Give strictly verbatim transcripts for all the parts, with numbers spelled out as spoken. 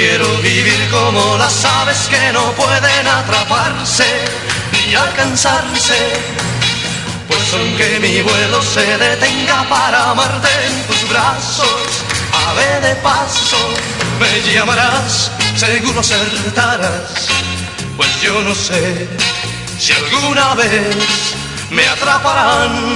quiero vivir como las aves que no pueden atraparse ni alcanzarse. Pues aunque mi vuelo se detenga para amarte en tus brazos, ave de paso, me llamarás, seguro acertarás. Pues yo no sé si alguna vez me atraparán.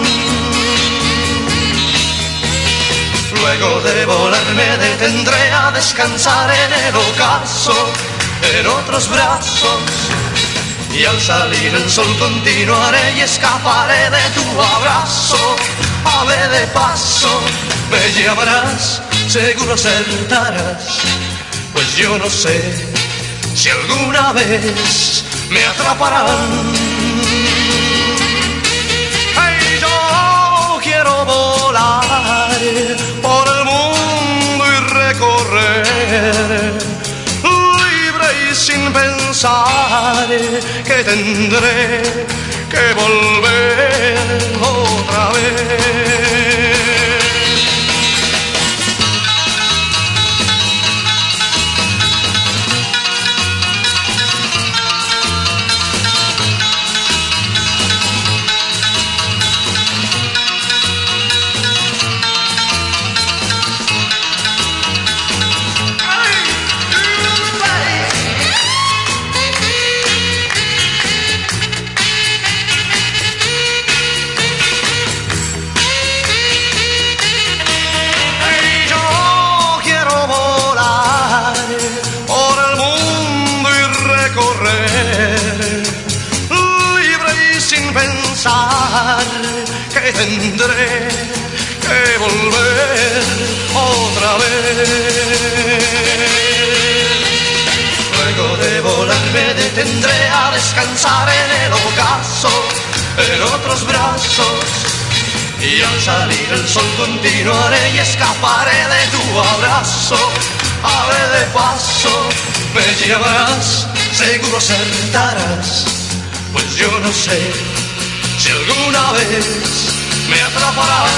Luego de volar me detendré a descansar en el ocaso, en otros brazos. Y al salir el sol continuaré y escaparé de tu abrazo. Ave de paso, me llamarás, seguro acertarás. Pues yo no sé si alguna vez me atraparán. Hey, yo quiero volar por el mundo y recorrer, libre y sin pensar que tendré que volver otra vez. Que tendré que volver otra vez. Luego de volar me detendré a descansar en el ocaso, en otros brazos. Y al salir el sol continuaré y escaparé de tu abrazo. Ave de paso, me llamarás, seguro acertarás. Pues yo no sé si alguna vez me atraparán.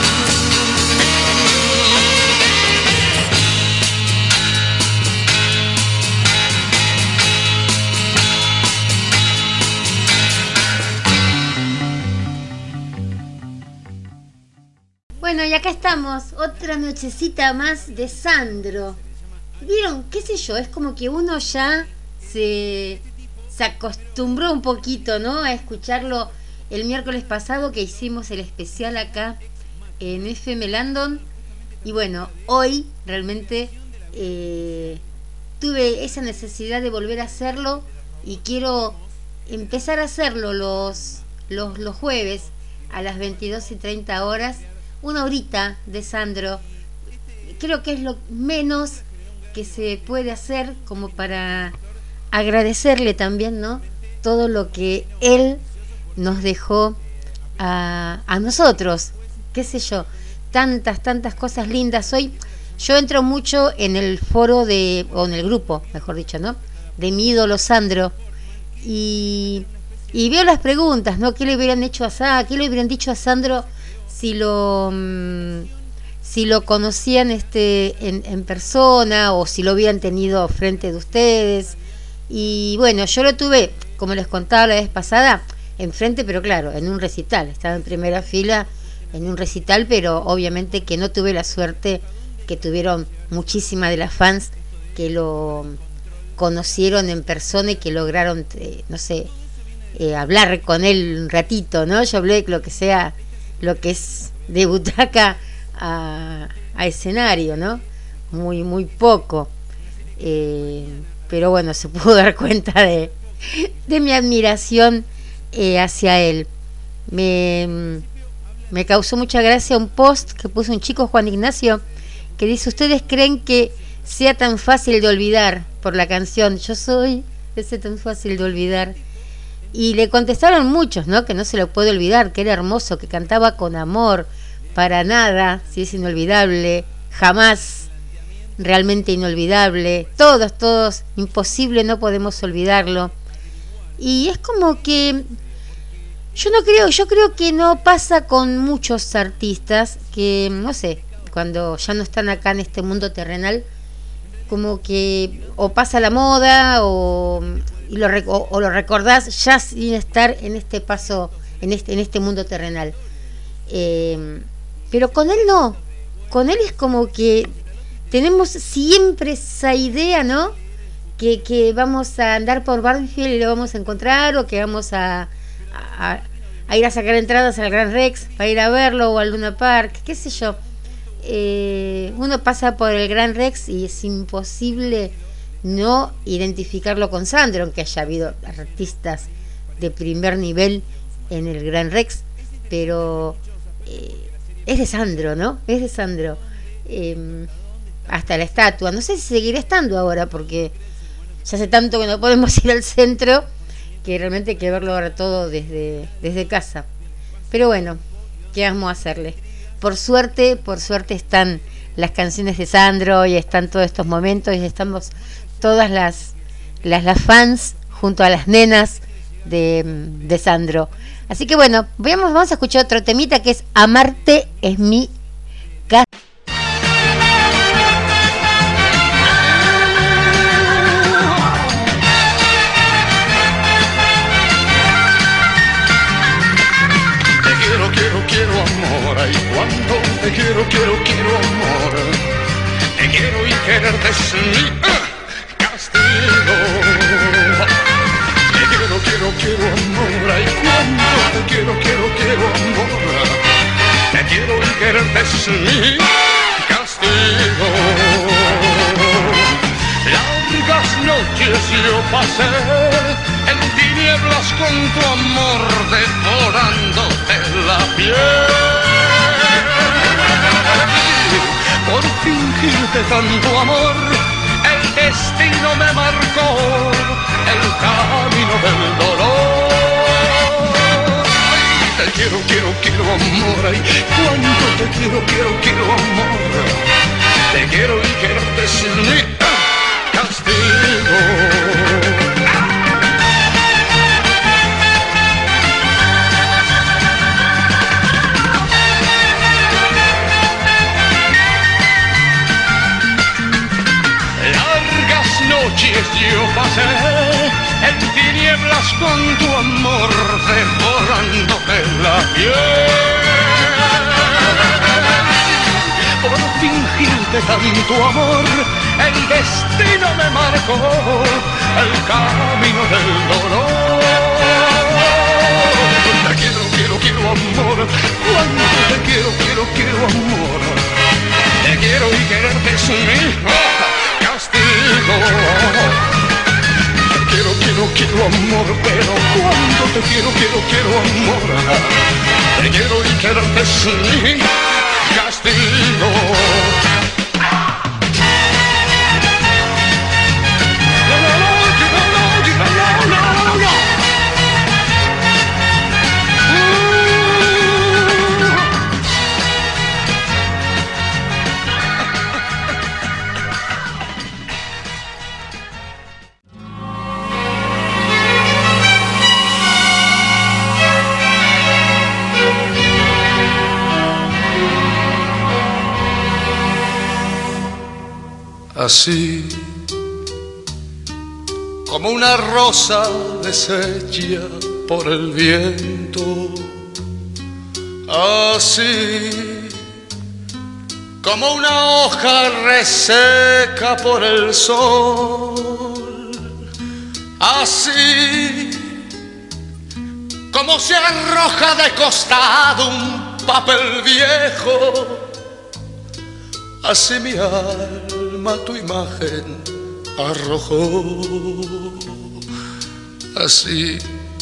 Bueno, y acá estamos, otra nochecita más de Sandro. ¿Vieron? ¿Qué sé yo? Es como que uno ya se, se acostumbró un poquito, ¿no? A escucharlo. El miércoles pasado que hicimos el especial acá en F M Landon. Y bueno, hoy realmente eh, tuve esa necesidad de volver a hacerlo. Y quiero empezar a hacerlo los, los, los jueves a las veintidós y treinta horas. Una horita de Sandro. Creo que es lo menos que se puede hacer como para agradecerle también, ¿no? Todo lo que él nos dejó a, a nosotros, qué sé yo, tantas, tantas cosas lindas. Hoy yo entro mucho en el foro de, o en el grupo, mejor dicho, ¿no? De mi ídolo Sandro, y, y veo las preguntas, ¿no? ¿Qué le hubieran hecho a Sandro? ¿Qué le hubieran dicho a Sandro si lo mmm, si lo conocían este en, en persona, o si lo hubieran tenido frente de ustedes? Y bueno, yo lo tuve, como les contaba la vez pasada, enfrente, pero claro, en un recital. Estaba en primera fila en un recital, pero obviamente que no tuve la suerte que tuvieron muchísimas de las fans que lo conocieron en persona y que lograron, eh, no sé, eh, hablar con él un ratito, ¿no? Yo hablé lo que sea, lo que es de butaca a, a escenario, ¿no? Muy, muy poco. Eh, pero bueno, se pudo dar cuenta de, de mi admiración Eh, hacia él. Me, me causó mucha gracia un post que puso un chico, Juan Ignacio, que dice: ¿ustedes creen que sea tan fácil de olvidar por la canción? Yo soy ese tan fácil de olvidar. Y le contestaron muchos, ¿no? Que no se lo puede olvidar, que era hermoso, que cantaba con amor, para nada, si es inolvidable, jamás, realmente inolvidable, todos, todos, imposible, no podemos olvidarlo. Y es como que yo no creo, yo creo que no pasa con muchos artistas que, no sé, cuando ya no están acá en este mundo terrenal, como que o pasa la moda o, y lo, o, o lo recordás ya sin estar en este paso, en este, en este mundo terrenal. Eh, pero con él no, con él es como que tenemos siempre esa idea, ¿no? Que, que vamos a andar por Banfield y lo vamos a encontrar, o que vamos a, a, a ir a sacar entradas al Gran Rex para ir a verlo, o al Luna Park, qué sé yo. Eh, uno pasa por el Gran Rex y es imposible no identificarlo con Sandro, aunque haya habido artistas de primer nivel en el Gran Rex, pero eh, es de Sandro, ¿no? Es de Sandro. Eh, hasta la estatua, no sé si seguirá estando ahora, porque ya hace tanto que no podemos ir al centro que realmente hay que verlo ahora todo desde, desde casa. Pero bueno, ¿qué vamos a hacerle? Por suerte, por suerte están las canciones de Sandro y están todos estos momentos y estamos todas las, las, las fans junto a las nenas de, de Sandro. Así que bueno, vamos, vamos a escuchar otro temita que es Amarte es mi casa. Y cuando te quiero, quiero, quiero amor, te quiero y quererte es mi castigo. Te quiero, quiero, quiero amor, y cuando te quiero, quiero, quiero amor, te quiero y quererte es mi castigo. Largas noches yo pasé en tinieblas con tu amor, devorándote la piel. Por fingirte tanto amor, el destino me marcó el camino del dolor. Ay, te quiero, quiero, quiero amor, ay, cuánto te quiero, quiero, quiero amor. Te quiero y quererte sin mi castigo. Noches yo pasé en tinieblas con tu amor, devorándote la piel. Por fingirte tanto amor, el destino me marcó el camino del dolor. Te quiero, quiero, quiero amor, cuando te quiero, quiero, quiero amor. Te quiero y quererte es mi castigo. Te quiero, quiero, quiero amor, pero cuando te quiero, quiero, quiero amor. Te quiero y quererte es mi castigo. Así como una rosa deshecha por el viento, así como una hoja reseca por el sol, así como se arroja de costado un papel viejo, así mi alma tu imagen arrojó. Así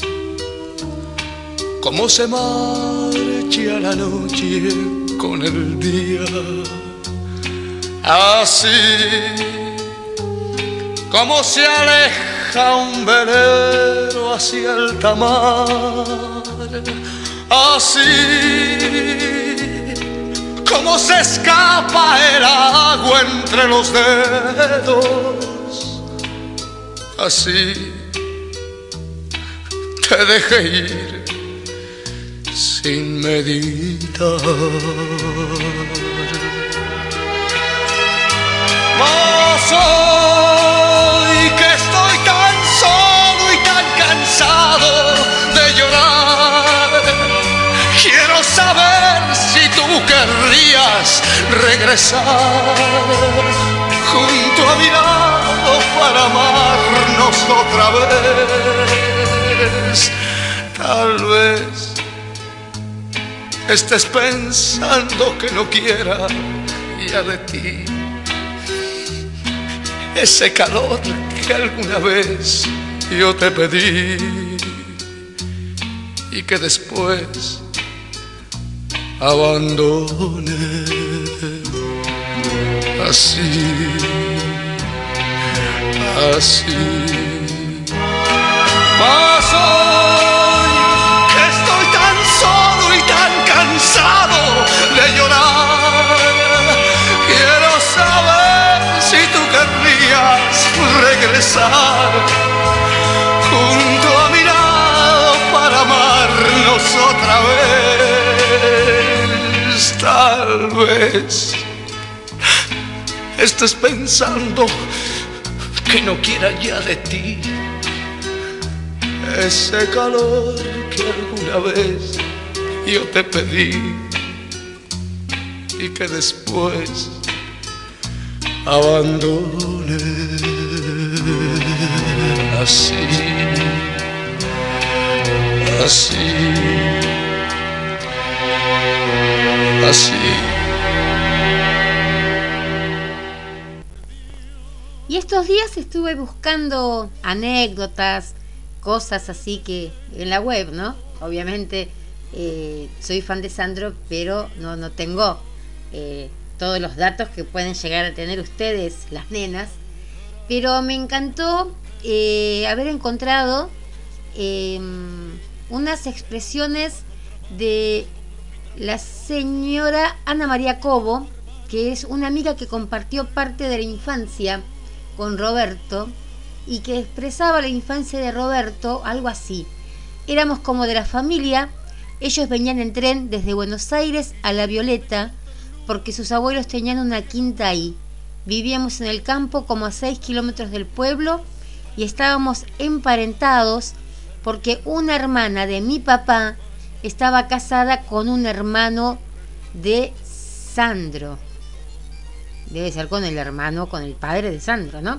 como se marcha la noche con el día, así como se aleja un velero hacia el tamar, así como se escapa el agua entre los dedos, así te dejé ir sin meditar. Mas Mas hoy que estoy tan solo y tan cansado de llorar, quiero saber si tú querrías regresar junto a mi lado para amarnos otra vez. Tal vez estés pensando que no quiera ya de ti ese calor que alguna vez yo te pedí y que después abandoné así, así. Mas hoy que estoy tan solo y tan cansado de llorar, quiero saber si tú querrías regresar junto a mi lado para amarnos otra vez. Tal vez estés pensando que no quiera ya de ti ese calor que alguna vez yo te pedí y que después abandoné así, así, así. Y estos días estuve buscando anécdotas, cosas así que en la web, ¿no? Obviamente eh, soy fan de Sandro, pero no, no tengo eh, todos los datos que pueden llegar a tener ustedes, las nenas. Pero me encantó eh, haber encontrado eh, unas expresiones de la señora Ana María Cobo, que es una amiga que compartió parte de la infancia con Roberto y que expresaba la infancia de Roberto algo así: éramos como de la familia, ellos venían en tren desde Buenos Aires a La Violeta porque sus abuelos tenían una quinta ahí, vivíamos en el campo como a seis kilómetros del pueblo y estábamos emparentados porque una hermana de mi papá estaba casada con un hermano de Sandro. Debe ser con el hermano, con el padre de Sandro, ¿no?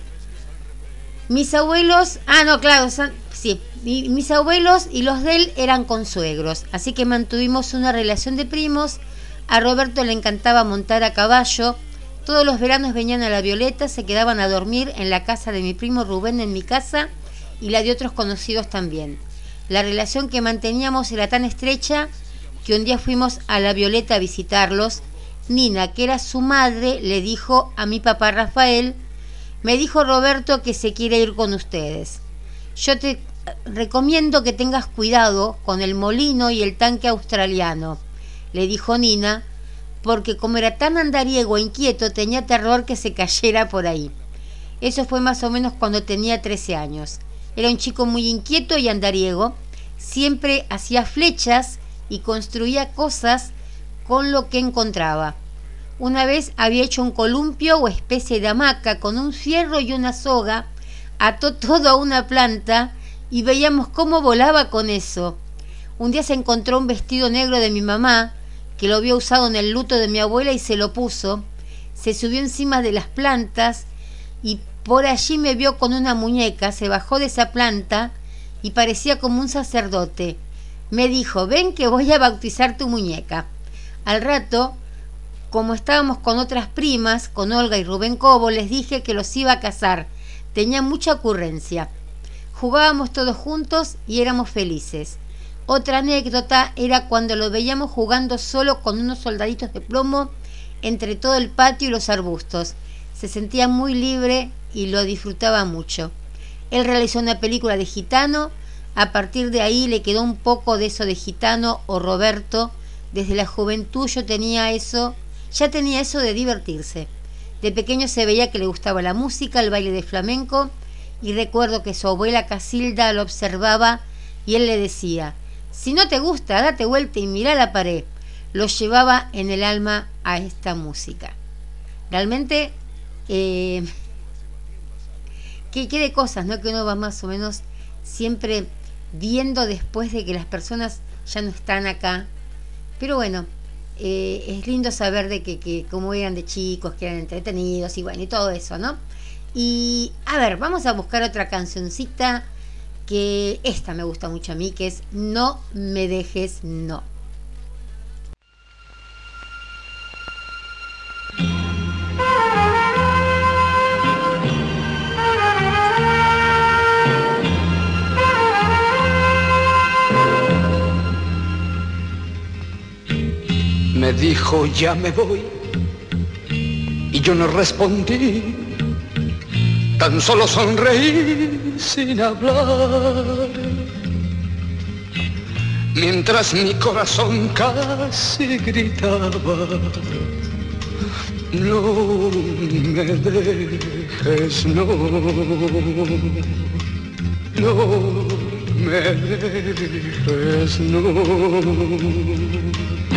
Mis abuelos, ah no, claro, San, sí, mi, mis abuelos y los de él eran consuegros, así que mantuvimos una relación de primos. A Roberto le encantaba montar a caballo, todos los veranos venían a La Violeta, se quedaban a dormir en la casa de mi primo Rubén, en mi casa, y la de otros conocidos también. La relación que manteníamos era tan estrecha que un día fuimos a La Violeta a visitarlos. Nina, que era su madre, le dijo a mi papá Rafael: me dijo Roberto que se quiere ir con ustedes. Yo te recomiendo que tengas cuidado con el molino y el tanque australiano, le dijo Nina, porque como era tan andariego e inquieto, tenía terror que se cayera por ahí. Eso fue más o menos cuando tenía trece años. Era un chico muy inquieto y andariego, siempre hacía flechas y construía cosas con lo que encontraba. Una vez había hecho un columpio o especie de hamaca con un fierro y una soga, ató todo a una planta y veíamos cómo volaba con eso. Un día se encontró un vestido negro de mi mamá, que lo había usado en el luto de mi abuela, y se lo puso. Se subió encima de las plantas y por allí me vio con una muñeca, se bajó de esa planta y parecía como un sacerdote. Me dijo: ven que voy a bautizar tu muñeca. Al rato, como estábamos con otras primas, con Olga y Rubén Cobo, les dije que los iba a casar. Tenía mucha ocurrencia. Jugábamos todos juntos y éramos felices. Otra anécdota era cuando lo veíamos jugando solo con unos soldaditos de plomo entre todo el patio y los arbustos. Se sentía muy libre y lo disfrutaba mucho. Él realizó una película de gitano. A partir de ahí le quedó un poco de eso de gitano o Roberto. Desde la juventud yo tenía eso, ya tenía eso de divertirse. De pequeño se veía que le gustaba la música, el baile de flamenco, y recuerdo que su abuela Casilda lo observaba y él le decía: si no te gusta, date vuelta y mira la pared. Lo llevaba en el alma a esta música. Realmente Eh, que, que de cosas, ¿no? Que uno va más o menos siempre viendo después de que las personas ya no están acá. Pero bueno, eh, es lindo saber de que, que cómo eran de chicos, que eran entretenidos y bueno, y todo eso, ¿no? Y a ver, vamos a buscar otra cancioncita, que esta me gusta mucho a mí, que es No me dejes, no. Me dijo ya me voy y yo no respondí, tan solo sonreí sin hablar, mientras mi corazón casi gritaba, no me dejes, no, no me dejes, no.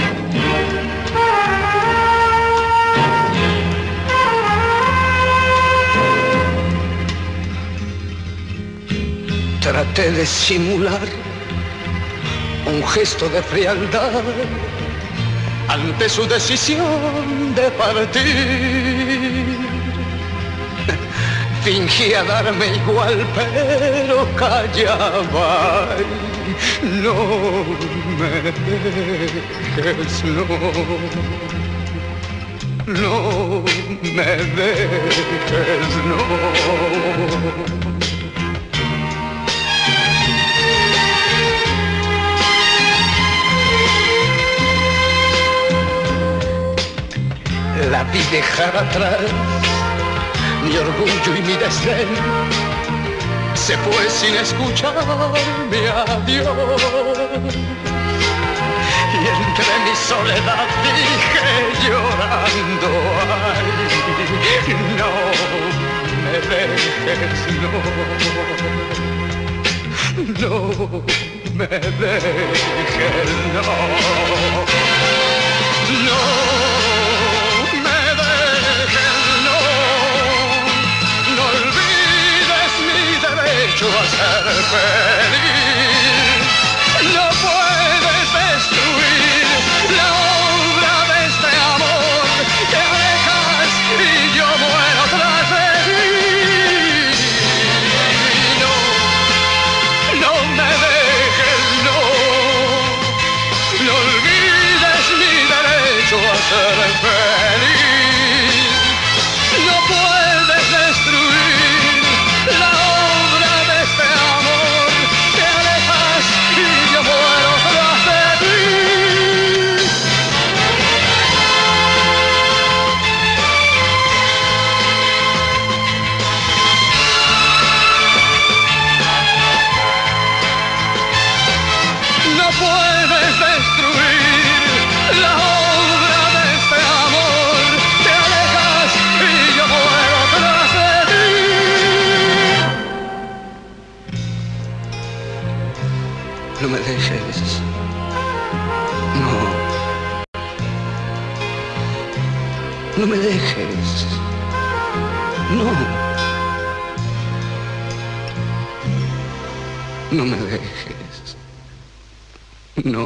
Traté de simular un gesto de frialdad ante su decisión de partir. Fingía darme igual, pero callaba. No me dejes, no. No me dejes, no. La vi dejar atrás mi orgullo y mi desdén, se fue sin escuchar mi adiós. Y entre mi soledad dije llorando, ay, no me dejes, no, no me dejes, no, no. A ser feliz, no puedes destruir la obra de este amor que alejas y yo muero tras de ti. No, no me dejes, no, no olvides mi derecho a ser feliz. No puedes destruir la obra de este amor que alejas y yo muero tras de ti. No puedes destruir la obra de este amor que alejas y yo muero tras de ti. No me dejes, no, no me dejes, no, no me dejes, no.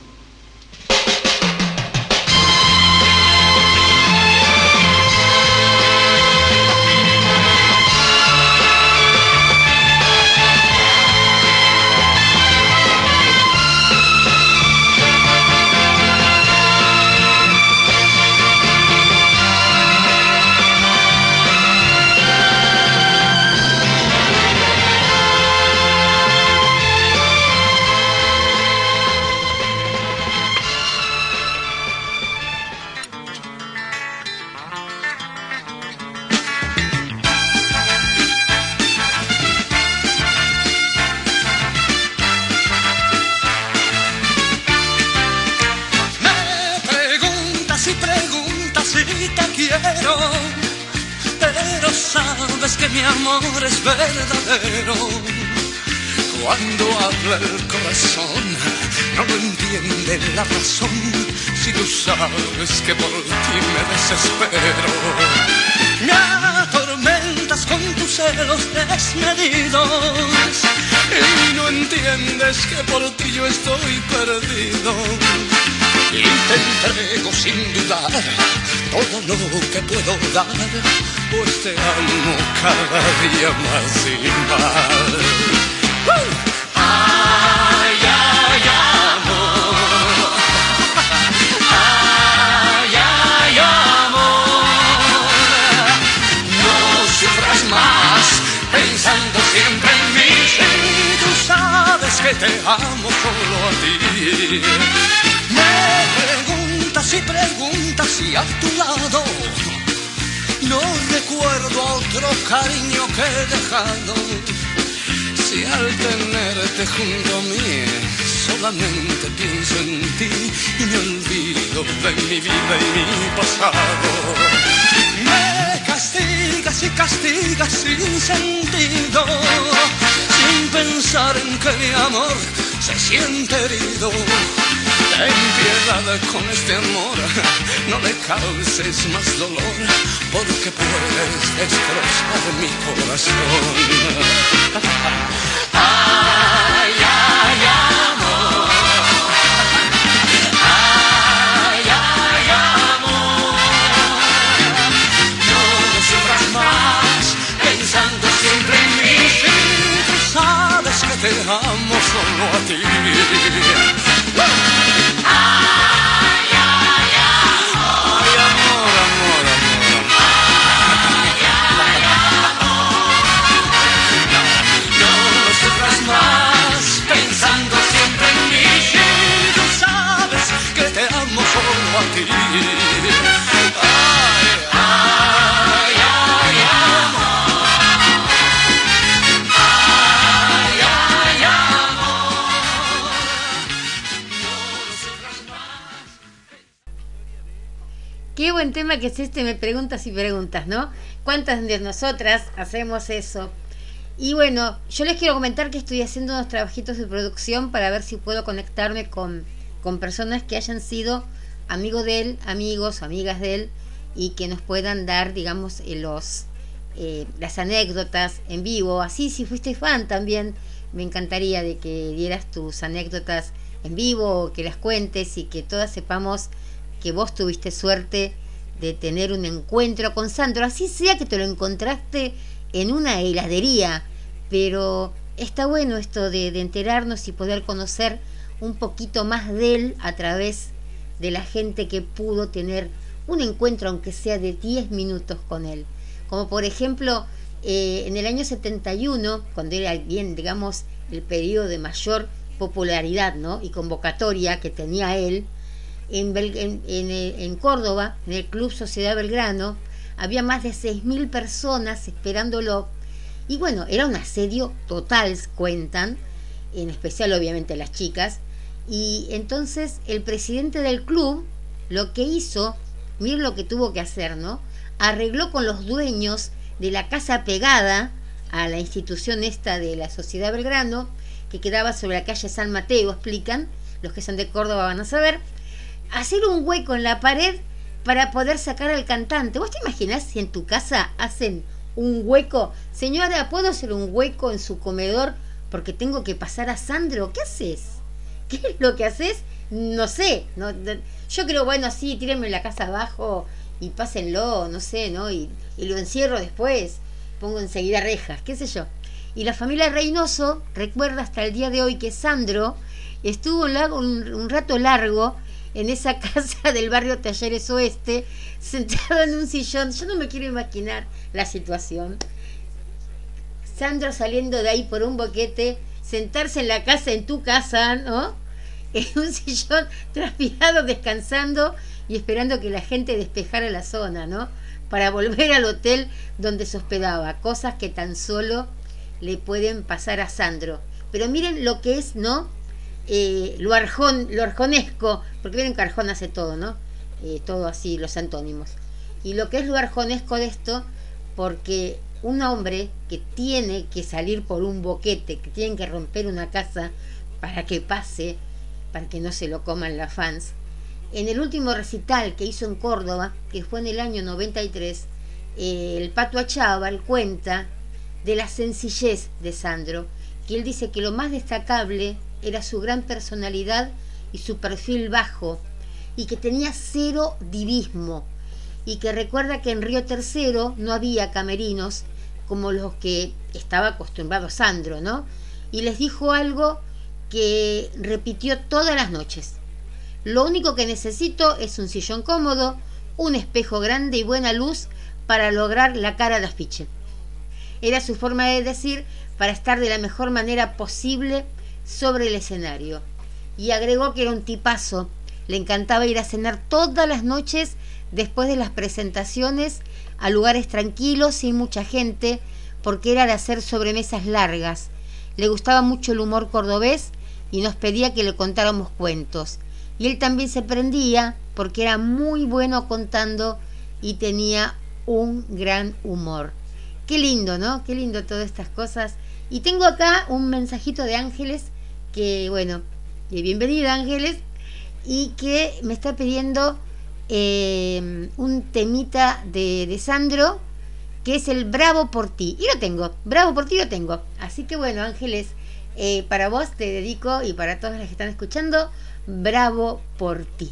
Pero sabes que mi amor es verdadero. Cuando habla el corazón, no lo entiende la razón. Si tú sabes que por ti me desespero. Me celos desmedidos y no entiendes que por ti yo estoy perdido. Y te entrego sin dudar todo lo que puedo dar, pues te amo cada día más y más. ¡Uh! Ay, ay, amor. Ay, ay, amor. No sufras más pensando siempre en mí. Si tú sabes que te amo solo a ti. Me preguntas y preguntas si a tu lado no recuerdo a otro cariño que he dejado. Si al tenerte junto a mí solamente pienso en ti y me olvido de mi vida y mi pasado. Me castigas y castigas sin sentido, sin pensar en que mi amor se siente herido. Ten piedad con este amor, no le causes más dolor, porque puedes destrozar mi corazón. Ay, ay, amor. Ay, ay, amor. No sufras más pensando siempre en mí. Si tú sabes que te amo solo a ti. Ay, ay, amor. Ay, amor, amor, amor, amor. Ay, ay, amor. No, no sufras más pensando siempre en mí. Si tú sabes que te amo solo a ti. Ay, ay, ay, amor. Ay, ay, amor. Qué buen tema que es este, me preguntas y preguntas, ¿no? ¿Cuántas de nosotras hacemos eso? Y bueno, yo les quiero comentar que estoy haciendo unos trabajitos de producción para ver si puedo conectarme con, con personas que hayan sido amigos de él, amigos, amigas de él, y que nos puedan dar, digamos, eh, los, eh, las anécdotas en vivo. Así, si fuiste fan también, me encantaría de que dieras tus anécdotas en vivo, que las cuentes y que todas sepamos que vos tuviste suerte de tener un encuentro con Sandro, así sea que te lo encontraste en una heladería, pero está bueno esto de, de enterarnos y poder conocer un poquito más de él a través de la gente que pudo tener un encuentro, aunque sea de diez minutos con él. Como por ejemplo, eh, en el año setenta y uno, cuando era bien, digamos, el periodo de mayor popularidad, ¿no?, y convocatoria que tenía él, En, Bel en, en, en Córdoba, en el Club Sociedad Belgrano, había más de seis mil personas esperándolo. Y bueno, era un asedio total, cuentan, en especial obviamente las chicas. Y entonces el presidente del club lo que hizo, miren lo que tuvo que hacer, ¿no? Arregló con los dueños de la casa pegada a la institución esta de la Sociedad Belgrano, que quedaba sobre la calle San Mateo, explican, los que son de Córdoba van a saber, hacer un hueco en la pared para poder sacar al cantante. ¿Vos te imaginás si en tu casa hacen un hueco? Señora, ¿puedo hacer un hueco en su comedor porque tengo que pasar a Sandro? ¿Qué haces? ¿Qué es lo que haces? No sé. No, yo creo, bueno, sí, tírenme la casa abajo y pásenlo, no sé, ¿no? Y, y lo encierro después. Pongo enseguida rejas, qué sé yo. Y la familia Reynoso recuerda hasta el día de hoy que Sandro estuvo un, un, un rato largo en esa casa del barrio Talleres Oeste, sentado en un sillón. Yo no me quiero imaginar la situación. Sandro saliendo de ahí por un boquete, sentarse en la casa, en tu casa, ¿no?, en un sillón transpirado, descansando y esperando que la gente despejara la zona, ¿no?, para volver al hotel donde se hospedaba. Cosas que tan solo le pueden pasar a Sandro. Pero miren lo que es, ¿no?, Eh, lo arjón, lo arjonesco, porque miren que Arjón hace todo, ¿no? Eh, todo así, los antónimos. Y lo que es lo arjonesco de esto, porque un hombre que tiene que salir por un boquete, que tiene que romper una casa para que pase, para que no se lo coman las fans, en el último recital que hizo en Córdoba, que fue en el año noventa y tres, eh, el Pato Achával cuenta de la sencillez de Sandro, que él dice que lo más destacable era su gran personalidad y su perfil bajo, y que tenía cero divismo, y que recuerda que en Río Tercero no había camerinos como los que estaba acostumbrado Sandro, ¿no? Y les dijo algo que repitió todas las noches: lo único que necesito es un sillón cómodo, un espejo grande y buena luz para lograr la cara de afiche. Era su forma de decir para estar de la mejor manera posible sobre el escenario. Y agregó que era un tipazo, le encantaba ir a cenar todas las noches después de las presentaciones a lugares tranquilos, sin mucha gente, porque era de hacer sobremesas largas. Le gustaba mucho el humor cordobés y nos pedía que le contáramos cuentos. Y él también se prendía porque era muy bueno contando y tenía un gran humor. Qué lindo, ¿no? Qué lindo todas estas cosas. Y tengo acá un mensajito de Ángeles, que bueno, bienvenida Ángeles, y que me está pidiendo eh, un temita de, de Sandro, que es el Bravo por ti. Y lo tengo, Bravo por ti lo tengo. Así que bueno, Ángeles, eh, para vos te dedico, y para todas las que están escuchando, Bravo por ti.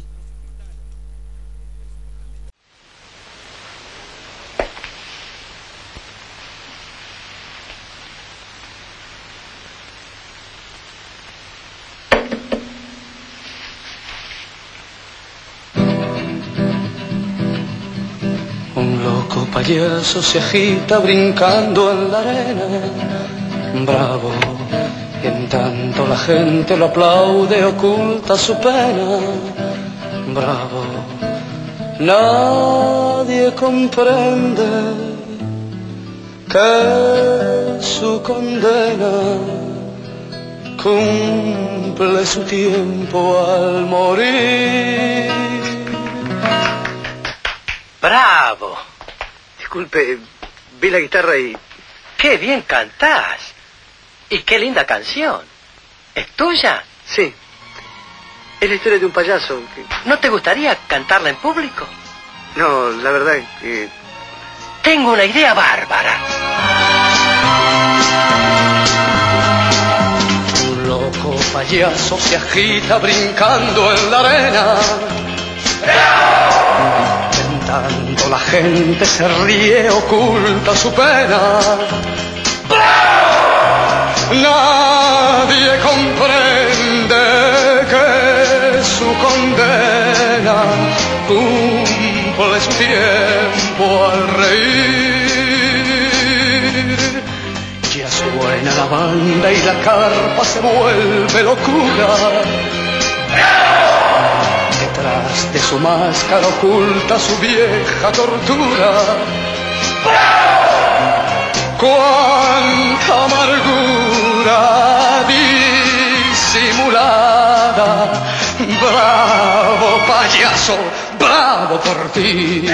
Un loco payaso se agita brincando en la arena, bravo, y en tanto la gente lo aplaude, oculta su pena, bravo. Nadie comprende que su condena cumple su tiempo al morir. ¡Bravo! Disculpe, vi la guitarra y... ¡Qué bien cantás! ¡Y qué linda canción! ¿Es tuya? Sí. Es la historia de un payaso que... ¿No te gustaría cantarla en público? No, la verdad es que... Tengo una idea bárbara. Un loco payaso se agita brincando en la arena. En tanto la gente se ríe, oculta su pena. Nadie comprende que su condena cumple su tiempo al reír. Ya suena la banda y la carpa se vuelve locura. Detrás de su máscara oculta su vieja tortura. Cuánta amargura disimulada. Bravo payaso, bravo por ti.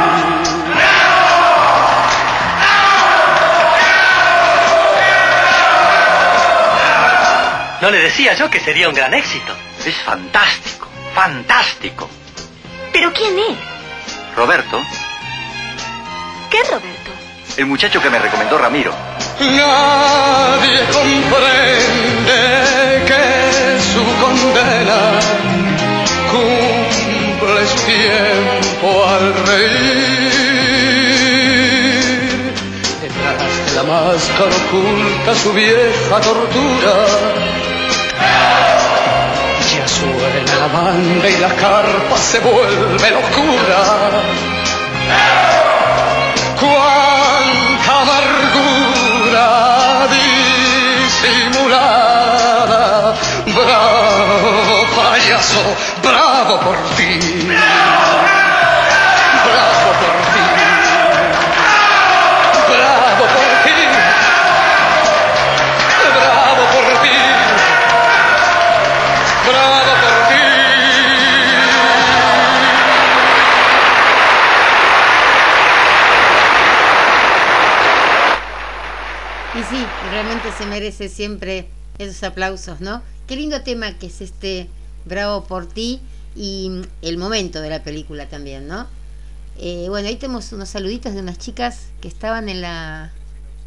¿No le decía yo que sería un gran éxito? Es fantástico, fantástico. ¿Pero quién es? Roberto, ¿Qué Roberto? el muchacho que me recomendó Ramiro. Nadie comprende que su condena cumple su tiempo al reír. Detrás de la máscara oculta su vieja tortura. Ya suena la banda y la carpa se vuelve locura. Cuánta amargura disimulada. Bravo payaso, bravo por ti. Bravo por ti. Bravo por ti. Bravo por ti. Bravo por ti. Y sí, realmente se merece siempre esos aplausos, ¿no? Qué lindo tema que es este Bravo por ti, y el momento de la película también, ¿no? Eh, bueno, ahí tenemos unos saluditos de unas chicas que estaban en la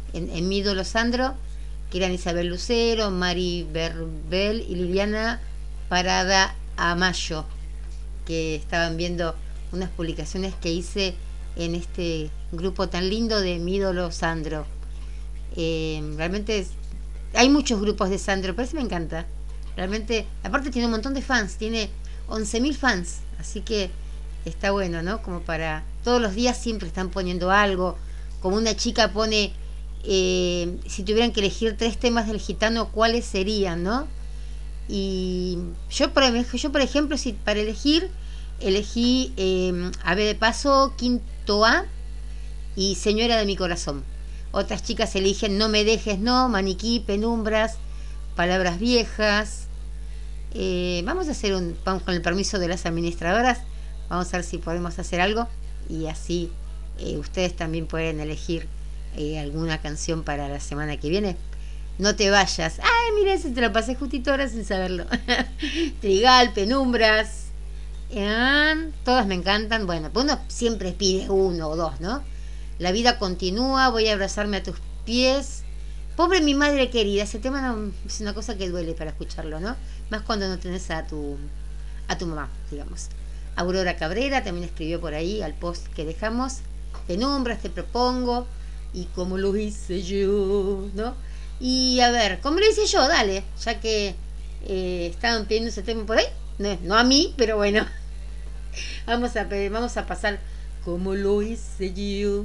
en, en mi ídolo Sandro, que eran Isabel Lucero, Mari Berbel y Liliana Parada Amayo, que estaban viendo unas publicaciones que hice en este grupo tan lindo de mi ídolo Sandro. Eh, realmente es, hay muchos grupos de Sandro, pero eso me encanta. Realmente, aparte tiene un montón de fans, tiene once mil fans, así que está bueno, ¿no? Como para todos los días siempre están poniendo algo, como una chica pone, eh, si tuvieran que elegir tres temas del gitano, ¿cuáles serían, no? Y yo por, yo, por ejemplo, si para elegir, elegí eh, Ave de Paso, Quinto A y Señora de mi Corazón. Otras chicas eligen No me dejes, no, Maniquí, Penumbras, Palabras Viejas. Eh, vamos a hacer un, vamos con el permiso de las administradoras, vamos a ver si podemos hacer algo y así eh, ustedes también pueden elegir eh, alguna canción para la semana que viene. No te vayas. Ay, mira, se te lo pasé justito ahora sin saberlo. Trigal, Penumbras. Eh, todas me encantan. Bueno, pues uno siempre pide uno o dos, ¿no? La vida continúa, voy a abrazarme a tus pies. Pobre mi madre querida, ese tema no, es una cosa que duele para escucharlo, ¿no? Más cuando no tenés a tu, a tu mamá, digamos. Aurora Cabrera también escribió por ahí al post que dejamos. Penumbras, Te propongo. Y como lo hice yo, ¿no? Y a ver, ¿cómo lo hice yo? Dale, ya que eh, estaban pidiendo ese tema por ahí. No, no a mí, pero bueno. Vamos a, vamos a pasar como lo hice yo.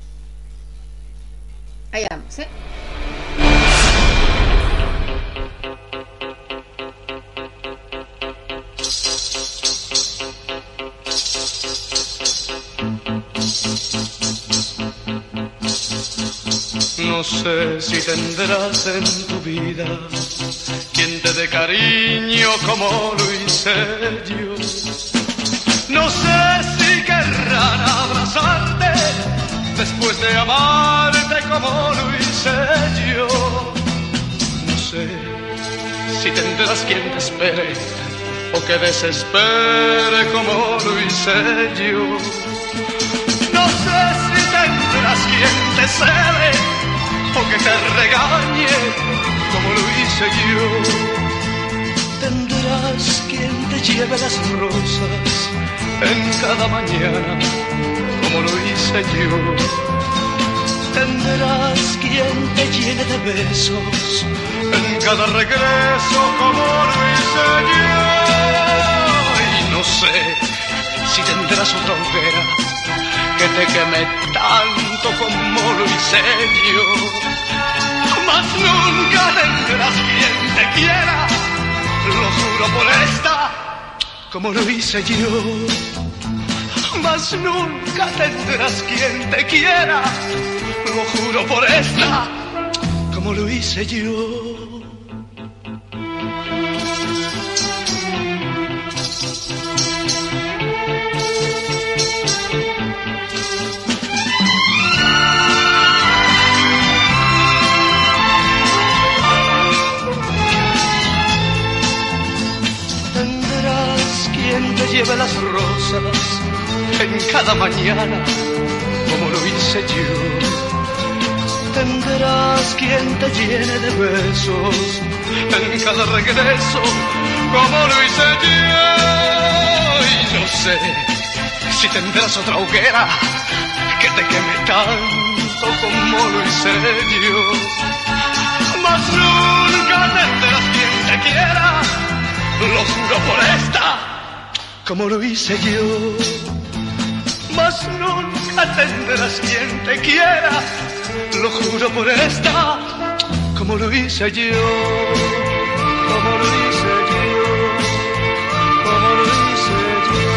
Ahí vamos, ¿eh? No sé si tendrás en tu vida quien te dé cariño como lo hice yo. No sé si querrán abrazarte después de amarte como lo hice yo. No sé si tendrás quien te espere o que desespere como lo hice yo. No sé si tendrás quien te cele o que te regañe como lo hice yo. Tendrás quien te lleve las rosas en cada mañana como lo hice yo. Tendrás quien te llene de besos en cada regreso como lo hice yo. Y no sé si tendrás otra hoguera que te queme tanto como lo hice yo. Mas nunca tendrás quien te quiera, lo juro por esta, como lo hice yo. Mas nunca tendrás quien te quiera, lo juro por esta, como lo hice yo. Te lleve las rosas en cada mañana como lo hice yo. Tendrás quien te llene de besos en cada regreso como lo hice yo. Y no sé si tendrás otra hoguera que te queme tanto como lo hice yo. Mas nunca tendrás quien te quiera, lo juro por esta, como lo hice yo. Mas nunca tendrás quien te quiera, lo juro por esta, como lo hice yo, como lo hice yo, como lo hice yo.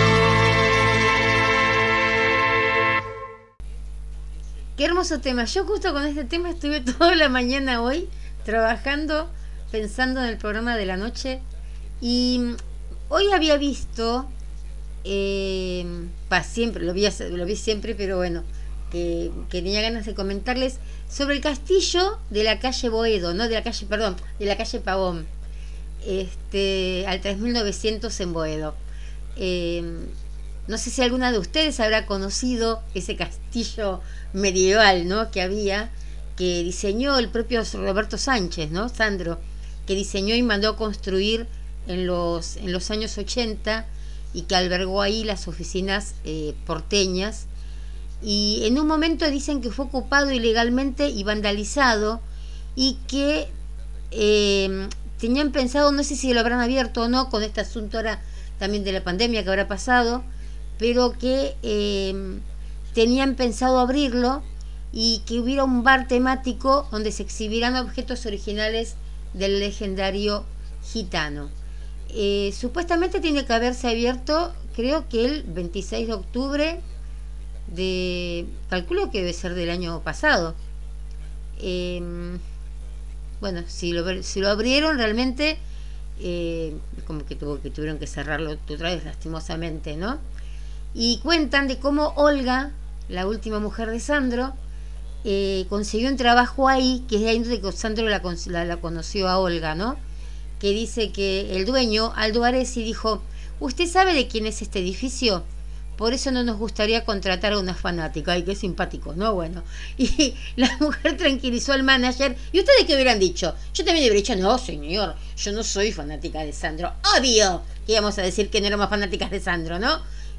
Qué hermoso tema. Yo justo con este tema estuve toda la mañana hoy trabajando, pensando en el programa de la noche, y hoy había visto Eh, pa, siempre lo vi, lo vi siempre, pero bueno, que, que tenía ganas de comentarles sobre el castillo de la calle Boedo, no de la calle, perdón, de la calle Pavón, este, al tres mil novecientos en Boedo. Eh, no sé si alguna de ustedes habrá conocido ese castillo medieval, ¿no? Que había, que diseñó el propio Roberto Sánchez, ¿no? Sandro, que diseñó y mandó a construir en los, en los años ochenta y que albergó ahí las oficinas eh, porteñas. Y en un momento dicen que fue ocupado ilegalmente y vandalizado y que eh, tenían pensado, no sé si lo habrán abierto o no con este asunto ahora también de la pandemia que habrá pasado, pero que eh, tenían pensado abrirlo y que hubiera un bar temático donde se exhibirán objetos originales del legendario gitano. Eh, supuestamente tiene que haberse abierto, creo que el veintiséis de octubre de, calculo que debe ser del año pasado. Eh, bueno, si lo, si lo abrieron realmente, eh, como que, tuvo, que tuvieron que cerrarlo otra vez lastimosamente, ¿no? Y cuentan de cómo Olga, la última mujer de Sandro, eh, consiguió un trabajo ahí, que es de ahí donde Sandro la, la, la conoció a Olga, ¿no? Que dice que el dueño, Aldo Aresi, dijo: ¿usted sabe de quién es este edificio? Por eso no nos gustaría contratar a una fanática. Ay, qué simpático, ¿no? Bueno, y la mujer tranquilizó al manager. ¿Y ustedes qué hubieran dicho? Yo también hubiera dicho: no, señor, yo no soy fanática de Sandro. Obvio que íbamos a decir que no éramos fanáticas de Sandro, ¿no?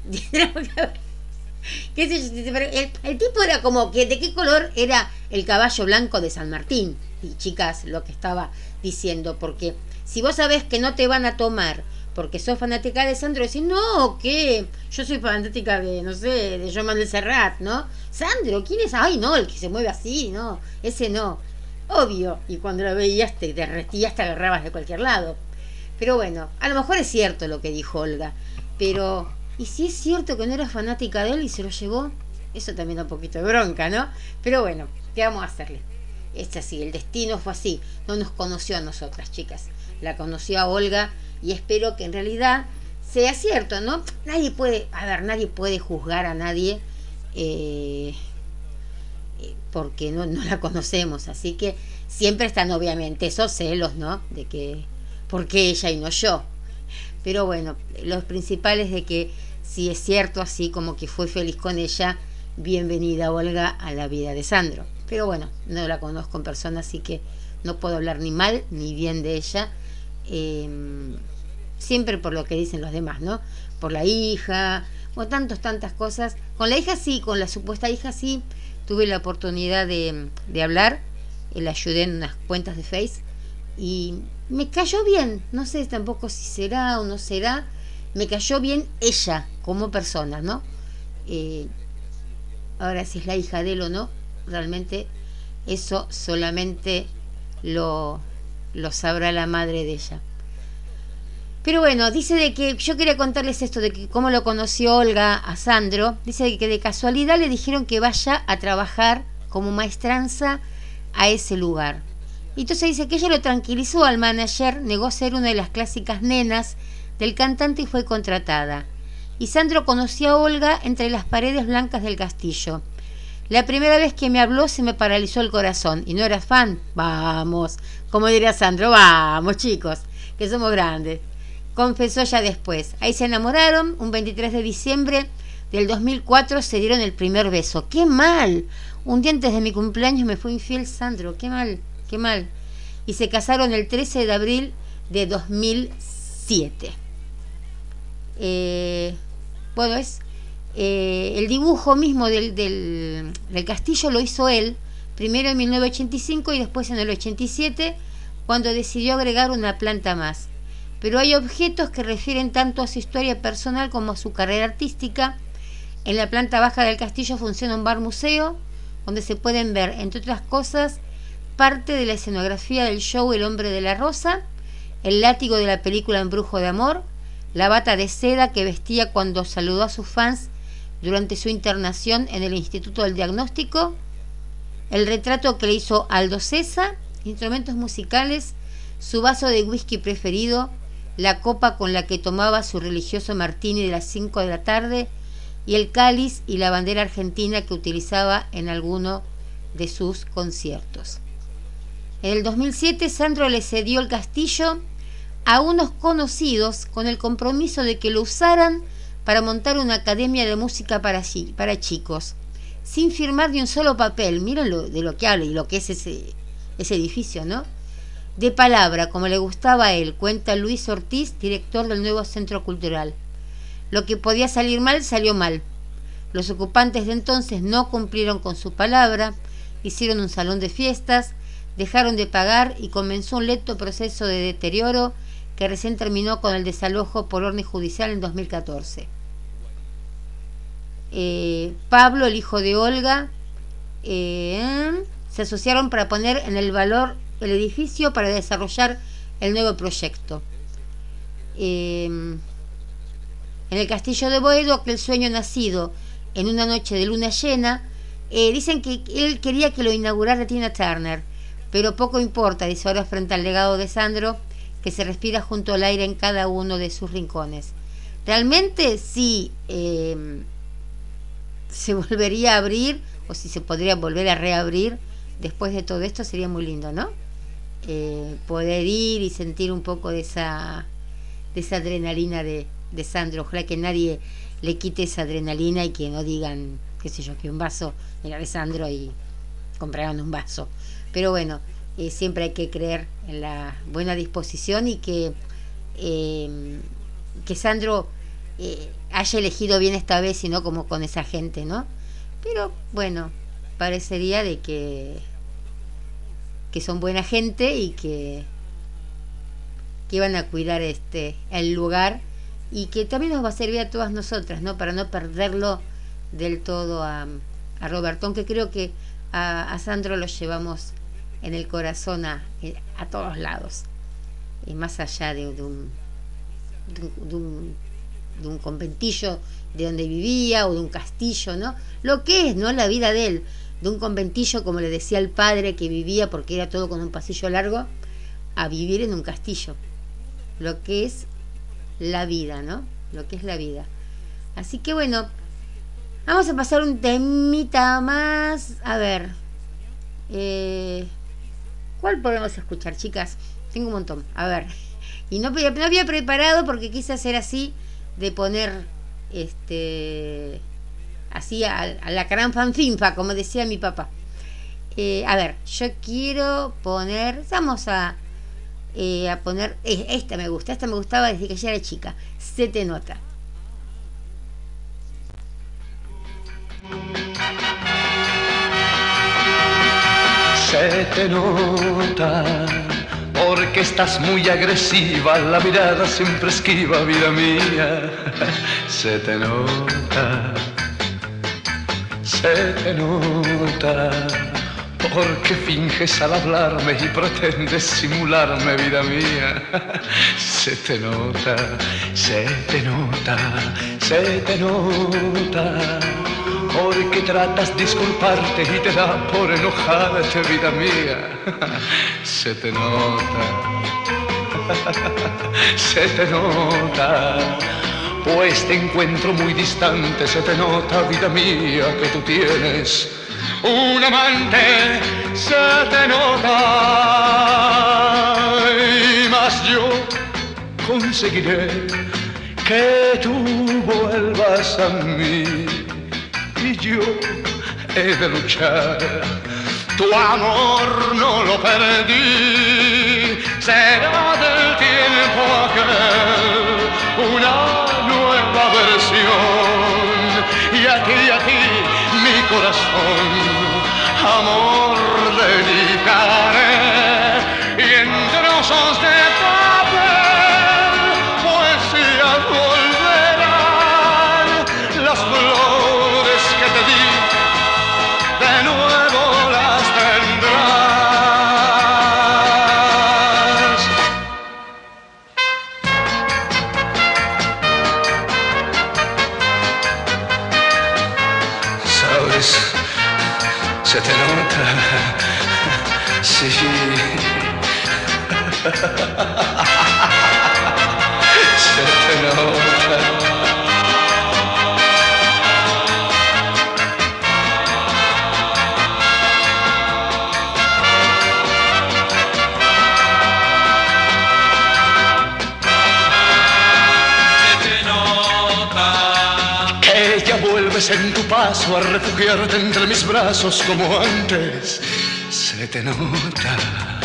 ¿Qué sé yo? El, el tipo era como que de qué color era el caballo blanco de San Martín. Y chicas, lo que estaba diciendo, porque si vos sabés que no te van a tomar porque sos fanática de Sandro, decís: no, ¿qué? Yo soy fanática de, no sé, de Joan Manuel Serrat, ¿no? Sandro, ¿quién es? Ay, no, el que se mueve así, no, ese no. Obvio, y cuando lo veías te derretías, te agarrabas de cualquier lado. Pero bueno, a lo mejor es cierto lo que dijo Olga, pero ¿y si es cierto que no era fanática de él y se lo llevó? Eso también da un poquito de bronca, ¿no? Pero bueno, ¿qué vamos a hacerle? Es así, el destino fue así. No nos conoció a nosotras, chicas. La conoció a Olga y espero que en realidad sea cierto, ¿no? Nadie puede, a ver, nadie puede juzgar a nadie eh, porque no, no la conocemos. Así que siempre están obviamente esos celos, ¿no? De que, ¿por qué ella y no yo? Pero bueno, los principales de que si es cierto así como que fue feliz con ella, bienvenida Olga a la vida de Sandro. Pero bueno, no la conozco en persona, así que no puedo hablar ni mal ni bien de ella. Eh, siempre por lo que dicen los demás, ¿no? Por la hija, o tantos, tantas cosas. Con la hija sí, con la supuesta hija sí, tuve la oportunidad de, de hablar, la ayudé en unas cuentas de Face y me cayó bien, no sé tampoco si será o no será, me cayó bien ella como persona, ¿no? Eh, ahora si es la hija de él o no, realmente eso solamente lo, lo sabrá la madre de ella. Pero bueno, dice de que, yo quería contarles esto, de que cómo lo conoció Olga a Sandro. Dice que de casualidad le dijeron que vaya a trabajar como maestranza a ese lugar. Y entonces dice que ella lo tranquilizó al manager, negó ser una de las clásicas nenas del cantante y fue contratada. Y Sandro conoció a Olga entre las paredes blancas del castillo. La primera vez que me habló se me paralizó el corazón. ¿Y no eras fan? Vamos, como diría Sandro, vamos chicos, que somos grandes. Confesó ya después. Ahí se enamoraron, un veintitrés de diciembre del dos mil cuatro se dieron el primer beso. ¡Qué mal! Un día antes de mi cumpleaños me fue infiel Sandro, qué mal, qué mal. Y se casaron el trece de abril de dos mil siete. Eh, bueno, es eh, el dibujo mismo del, del, del castillo lo hizo él, primero en mil novecientos ochenta y cinco y después en el ochenta y siete, cuando decidió agregar una planta más. Pero hay objetos que refieren tanto a su historia personal como a su carrera artística. En la planta baja del castillo funciona un bar museo, donde se pueden ver, entre otras cosas, parte de la escenografía del show El Hombre de la Rosa, el látigo de la película Embrujo de Amor, la bata de seda que vestía cuando saludó a sus fans durante su internación en el Instituto del Diagnóstico, el retrato que le hizo Aldo César, instrumentos musicales, su vaso de whisky preferido, la copa con la que tomaba su religioso martini de las cinco de la tarde y el cáliz y la bandera argentina que utilizaba en alguno de sus conciertos. En el dos mil siete Sandro le cedió el castillo a unos conocidos con el compromiso de que lo usaran para montar una academia de música para, para chicos. sin firmar ni un solo papel. Miren lo, de lo que habla y lo que es ese, ese edificio, ¿no? De palabra, como le gustaba a él, cuenta Luis Ortiz, director del nuevo Centro Cultural. Lo que podía salir mal, salió mal. Los ocupantes de entonces no cumplieron con su palabra, hicieron un salón de fiestas, dejaron de pagar y comenzó un lento proceso de deterioro que recién terminó con el desalojo por orden judicial en dos mil catorce. Eh, Pablo, el hijo de Olga, eh, se asociaron para poner en el valor el edificio para desarrollar el nuevo proyecto. Eh, en el castillo de Boedo, aquel sueño nacido en una noche de luna llena, eh, dicen que él quería que lo inaugurara Tina Turner, pero poco importa, dice ahora frente al legado de Sandro, que se respira junto al aire en cada uno de sus rincones. Realmente sí eh, se volvería a abrir, o si se podría volver a reabrir después de todo esto, sería muy lindo, ¿no? Eh, poder ir y sentir un poco de esa de esa adrenalina de, de Sandro. Ojalá que nadie le quite esa adrenalina y que no digan, qué sé yo, que un vaso era de Sandro y compraron un vaso. Pero bueno, eh, siempre hay que creer en la buena disposición y que eh, que Sandro eh, haya elegido bien esta vez y no como con esa gente, ¿no? Pero bueno, parecería de que que son buena gente y que que van a cuidar este el lugar y que también nos va a servir a todas nosotras, ¿no? Para no perderlo del todo a, a Roberto, aunque creo que a, a Sandro lo llevamos en el corazón a, a todos lados, y más allá de, de, un, de, un, de, un, de un conventillo de donde vivía o de un castillo, ¿no? Lo que es, ¿no? La vida de él, de un conventillo, como le decía el padre, que vivía porque era todo con un pasillo largo, a vivir en un castillo. Lo que es la vida, ¿no? Lo que es la vida. Así que bueno, vamos a pasar un temita más. A ver, eh, ¿cuál podemos escuchar, chicas? Tengo un montón. A ver, y no, no había preparado porque quise hacer así, de poner este así a, a la gran fanfinfa, como decía mi papá. Eh, a ver, yo quiero poner, vamos a eh, a poner, eh, esta me gusta, esta me gustaba desde que ya era chica, Se te nota. Se te nota, porque estás muy agresiva, la mirada siempre esquiva, vida mía. Se te nota, se te nota, porque finges al hablarme y pretendes simularme, vida mía. Se te nota, se te nota, se te nota, porque tratas de disculparte y te da por enojarte, vida mía. Se te nota, se te nota, pues te encuentro muy distante. Se te nota, vida mía, que tú tienes un amante. Se te nota, y más yo conseguiré que tú vuelvas a mí. Y yo he de luchar, tu amor no lo perdí, será del tiempo aquel una nueva versión, y a ti, a ti, mi corazón, amor dedicaré, y en trozos de papel, poesía volverán las flores que te di, de nuevo las tendrás. Sabes, se te nota, sí. Se te nota. vuelves en tu paso a refugiarte entre mis brazos como antes. Se te nota,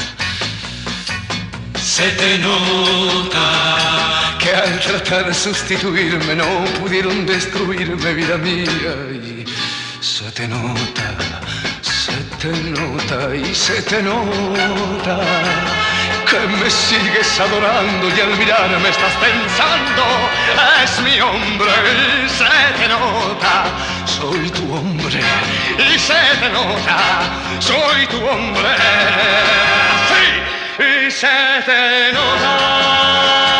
se te nota que al tratar de sustituirme no pudieron destruirme, vida mía. Y se te nota, se te nota y se te nota que me sigues adorando y al mirarme estás pensando, es mi hombre y se te nota, soy tu hombre y se te nota, soy tu hombre, sí, y se te nota.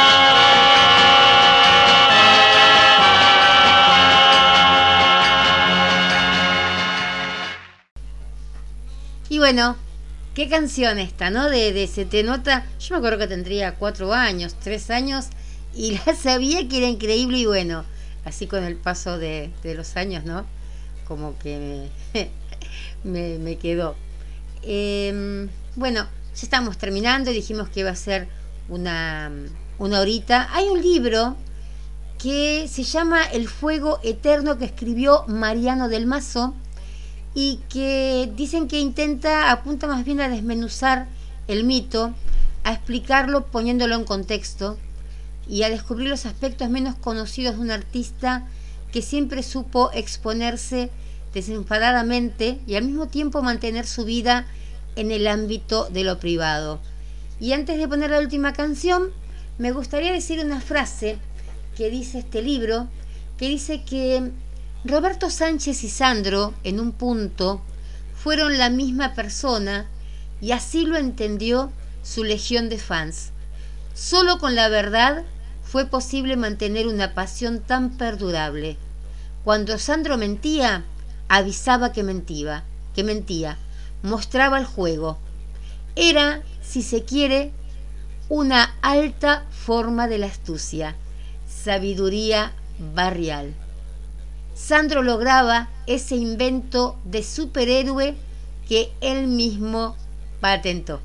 Y bueno, qué canción esta, ¿no? De, de Se te nota. Yo me acuerdo que tendría cuatro años, tres años, y la sabía que era increíble. Y bueno, así con el paso de, de los años, ¿no? Como que me, me, me quedó. Eh, bueno, ya estamos terminando y dijimos que iba a ser una, una horita. Hay un libro que se llama El fuego eterno, que escribió Mariano del Mazo, y que dicen que intenta, apunta más bien a desmenuzar el mito, a explicarlo poniéndolo en contexto y a descubrir los aspectos menos conocidos de un artista que siempre supo exponerse desenfadadamente y al mismo tiempo mantener su vida en el ámbito de lo privado. Y antes de poner la última canción, me gustaría decir una frase que dice este libro, que dice que Roberto Sánchez y Sandro, en un punto, fueron la misma persona y así lo entendió su legión de fans. Solo con la verdad fue posible mantener una pasión tan perdurable. Cuando Sandro mentía, avisaba que mentía, que mentía, mostraba el juego. Era, si se quiere, una alta forma de la astucia, sabiduría barrial. Sandro lograba ese invento de superhéroe que él mismo patentó.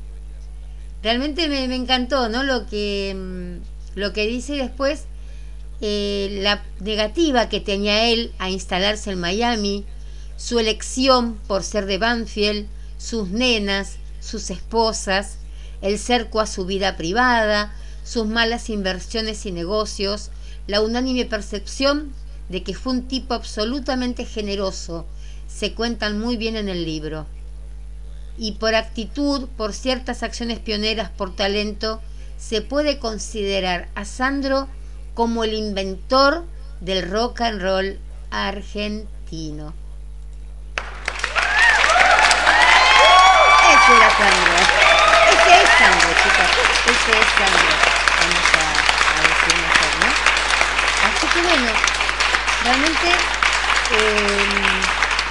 Realmente me, me encantó, ¿no? Lo que, lo que dice después, eh, la negativa que tenía él a instalarse en Miami, su elección por ser de Banfield, sus nenas, sus esposas, el cerco a su vida privada, sus malas inversiones y negocios, la unánime percepción de que fue un tipo absolutamente generoso, se cuentan muy bien en el libro. Y por actitud, por ciertas acciones pioneras, por talento, se puede considerar a Sandro como el inventor del rock and roll argentino. Ese era Sandro. Ese es Sandro, chicas. Ese es Sandro. Vamos a, a decir mejor, ¿no? Así que bueno, realmente eh,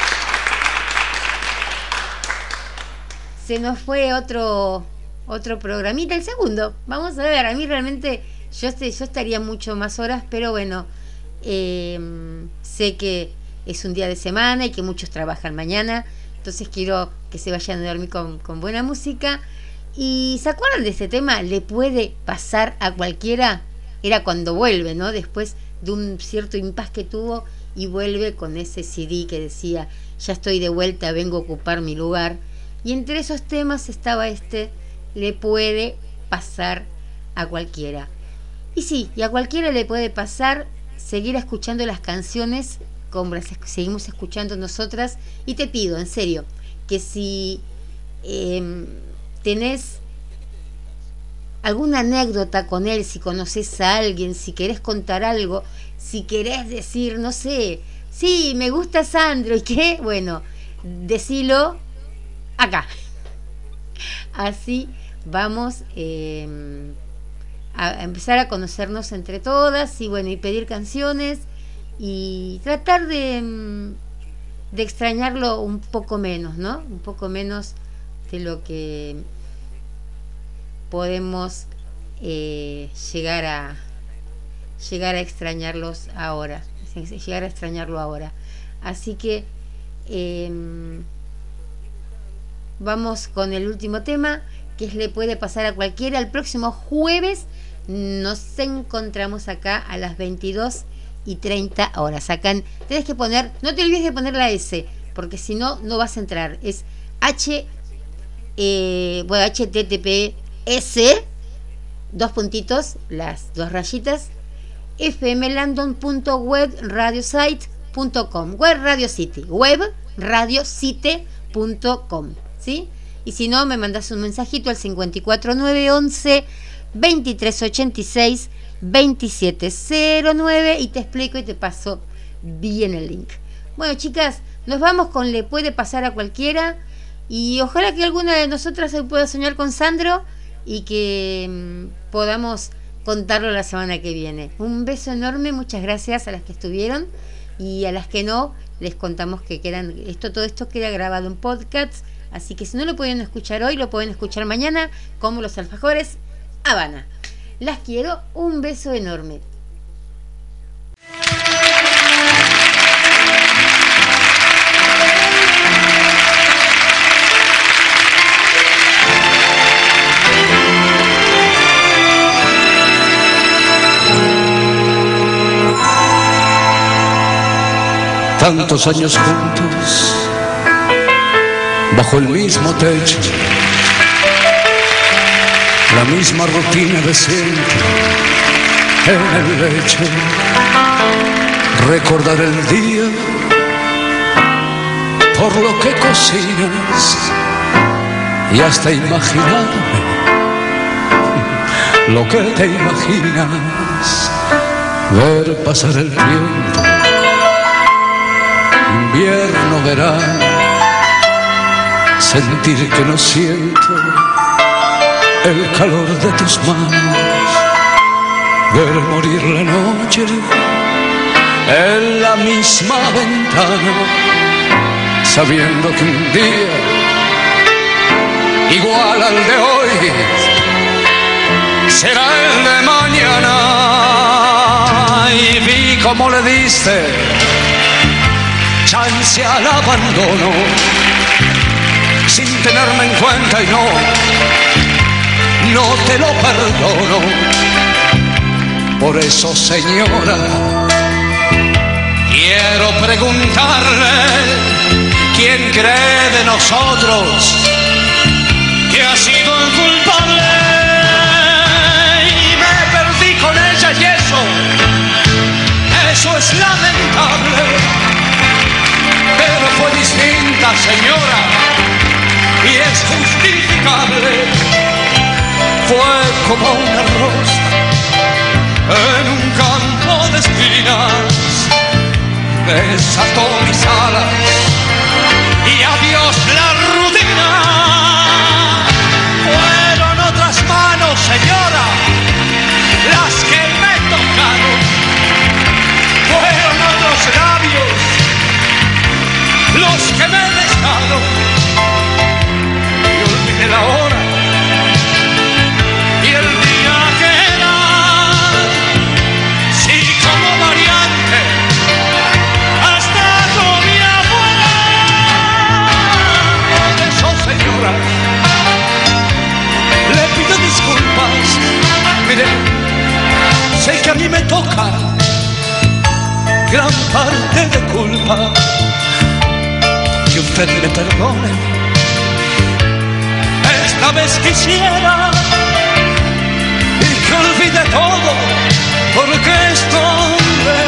se nos fue otro otro programita, el segundo. Vamos a ver, a mí realmente yo, este, yo estaría mucho más horas, pero bueno, eh, sé que es un día de semana y que muchos trabajan mañana, entonces quiero que se vayan a dormir con, con buena música. ¿Y se acuerdan de este tema? ¿Le puede pasar a cualquiera? Era cuando vuelve, ¿no? Después de un cierto impas que tuvo y vuelve con ese C D que decía, ya estoy de vuelta, vengo a ocupar mi lugar. Y entre esos temas estaba este, le puede pasar a cualquiera. Y sí, y a cualquiera le puede pasar seguir escuchando las canciones como las seguimos escuchando nosotras. Y te pido, en serio, que si eh, tenés alguna anécdota con él, si conoces a alguien, si querés contar algo, si querés decir, no sé, sí, me gusta Sandro, ¿y qué? Bueno, decilo acá. Así vamos eh, a empezar a conocernos entre todas y bueno, y pedir canciones y tratar de, de extrañarlo un poco menos, ¿no? Un poco menos de lo que podemos eh, llegar a llegar a extrañarlos ahora, llegar a extrañarlo ahora. Así que eh, vamos con el último tema, que es Le puede pasar a cualquiera. El próximo jueves nos encontramos acá a las veintidós y treinta horas. Acá en, tenés que poner, no te olvides de poner la S, porque si no, no vas a entrar. Es H, eh, bueno, H T T P S, dos puntitos, las dos rayitas, fmlandon punto web radio site punto com, web radio city, web radio city punto com, ¿sí? Y si no, me mandas un mensajito al cincuenta y cuatro nueve once veintitrés ochenta y seis veintisiete cero nueve y te explico y te paso bien el link. Bueno, chicas, nos vamos con Le puede pasar a cualquiera y ojalá que alguna de nosotras hoy pueda soñar con Sandro y que mmm, podamos contarlo la semana que viene. Un beso enorme, muchas gracias a las que estuvieron y a las que no, les contamos que quedan, esto, todo esto queda grabado en podcast, así que si no lo pueden escuchar hoy, lo pueden escuchar mañana, como los alfajores Habana. Las quiero, un beso enorme. Tantos años juntos, bajo el mismo techo, la misma rutina de siempre, en el lecho, recordar el día, por lo que cocinas, y hasta imaginarme lo que te imaginas, ver pasar el tiempo, invierno, verano, sentir que no siento el calor de tus manos, ver morir la noche en la misma ventana, sabiendo que un día igual al de hoy será el de mañana. Y vi cómo le diste chance al abandono, sin tenerme en cuenta y no, no te lo perdono. Por eso, señora, quiero preguntarle, ¿quién cree de nosotros que ha sido el culpable? Y me perdí con ella y eso, eso es lamentable. Pero fue distinta, señora, y es justificable. Fue como una rosa en un campo de espinas, desató mis alas y adiós la rutina. Fueron otras manos, señora, las que me tocaron. Fueron otros labios los que me besaron. Y olvidé la hora y el día que era. Sí, como variante, hasta con mi abuela. Por eso, señora, le pido disculpas. Mire, sé que a mí me toca gran parte de culpa. Que usted me perdone, esta vez quisiera, y que olvide todo, porque esto